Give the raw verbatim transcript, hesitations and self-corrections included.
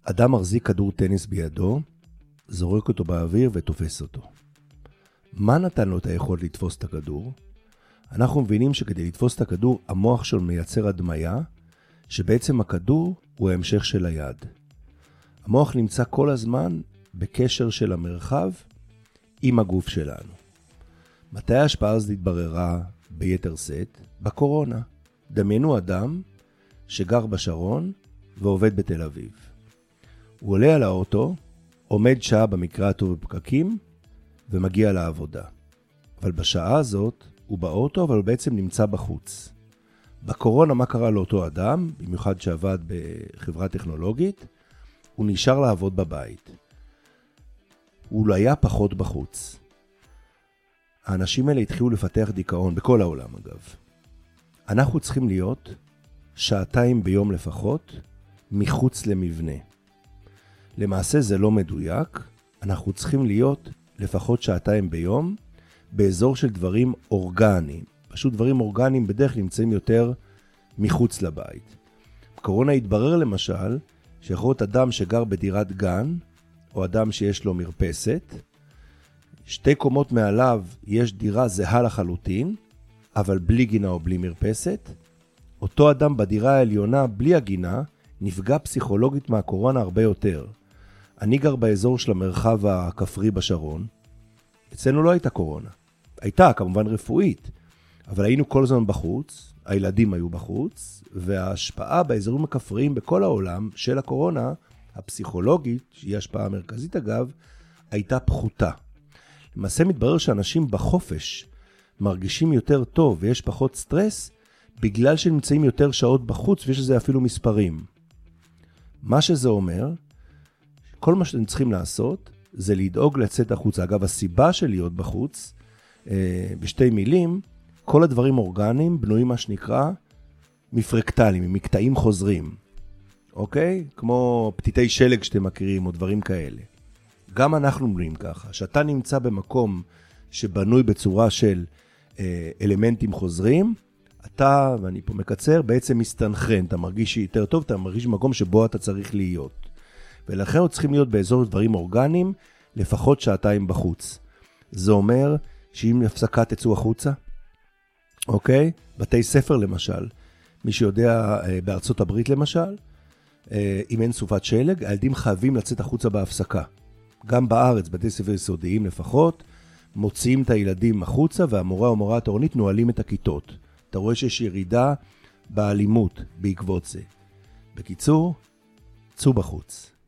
אדם מחזיק כדור טניס בידו, זורק אותו באוויר ותופס אותו. מה נתן לו את היכולת לתפוס את הכדור? אנחנו מבינים שכדי לתפוס את הכדור, המוח שלו מייצר הדמיה, שבעצם הכדור הוא ההמשך של היד. המוח נמצא כל הזמן בקשר של המרחב עם הגוף שלנו. מתי ההשפעה הזאת התבררה ביתר סט? בקורונה. דמיינו אדם שגר בשרון ועובד בתל אביב. הוא עולה על האוטו, עומד שעה במקרה הטוב בפקקים ומגיע לעבודה. אבל בשעה הזאת הוא באוטו, אבל הוא בעצם נמצא בחוץ. בקורונה מה קרה לאותו אדם, במיוחד שעבד בחברה טכנולוגית? הוא נשאר לעבוד בבית. הוא לא היה פחות בחוץ. האנשים האלה התחילו לפתח דיכאון, בכל העולם אגב. אנחנו צריכים להיות שעתיים ביום לפחות מחוץ למבנה. למעשה זה לא מדויק, אנחנו צריכים להיות לפחות שעתיים ביום באזור של דברים אורגניים. פשוט דברים אורגניים בדרך נמצאים יותר מחוץ לבית. בקורונה התברר למשל שיכול להיות אדם שגר בדירת גן, או אדם שיש לו מרפסת, שתי קומות מעליו יש דירה זהה לחלוטין, אבל בלי גינה או בלי מרפסת. אותו אדם בדירה העליונה בלי הגינה נפגע פסיכולוגית מהקורונה הרבה יותר. אני גר באזור של המרחב הכפרי בשרון, אצלנו לא הייתה קורונה. הייתה כמובן רפואית, אבל היינו כל הזמן בחוץ, הילדים היו בחוץ, וההשפעה באזורים הכפריים בכל העולם של הקורונה, הפסיכולוגית, שהיא השפעה המרכזית אגב, הייתה פחותה. למעשה מתברר שאנשים בחופש מרגישים יותר טוב ויש פחות סטרס, בגלל שנמצאים יותר שעות בחוץ ויש לזה אפילו מספרים. מה שזה אומר, כל מה שאתם צריכים לעשות זה לדאוג לצאת החוצה. אגב, הסיבה של להיות בחוץ, אה, בשתי מילים, כל הדברים אורגניים בנויים מה שנקרא מפרקטלים, עם מקטעים חוזרים. אוקיי? כמו פתיתי שלג שאתם מכירים או דברים כאלה. גם אנחנו בנויים ככה. שאתה נמצא במקום שבנוי בצורה של אה, אלמנטים חוזרים, אתה, ואני פה מקצר, בעצם מסתנכרן. אתה מרגיש יותר טוב, אתה מרגיש במקום שבו אתה צריך להיות. ולכן אנחנו צריכים להיות באזור דברים אורגניים, לפחות שעתיים בחוץ. זה אומר שאם הפסקה תצאו החוצה, אוקיי? בתי ספר למשל, מי שיודע בארצות הברית למשל, אם אין סופת שלג, הילדים חייבים לצאת החוצה בהפסקה. גם בארץ, בתי ספר יסודיים לפחות, מוציאים את הילדים החוצה, והמורה או מורה התורנית נועלים את הכיתות. אתה רואה שיש ירידה באלימות בעקבות זה. בקיצור, צאו בחוץ.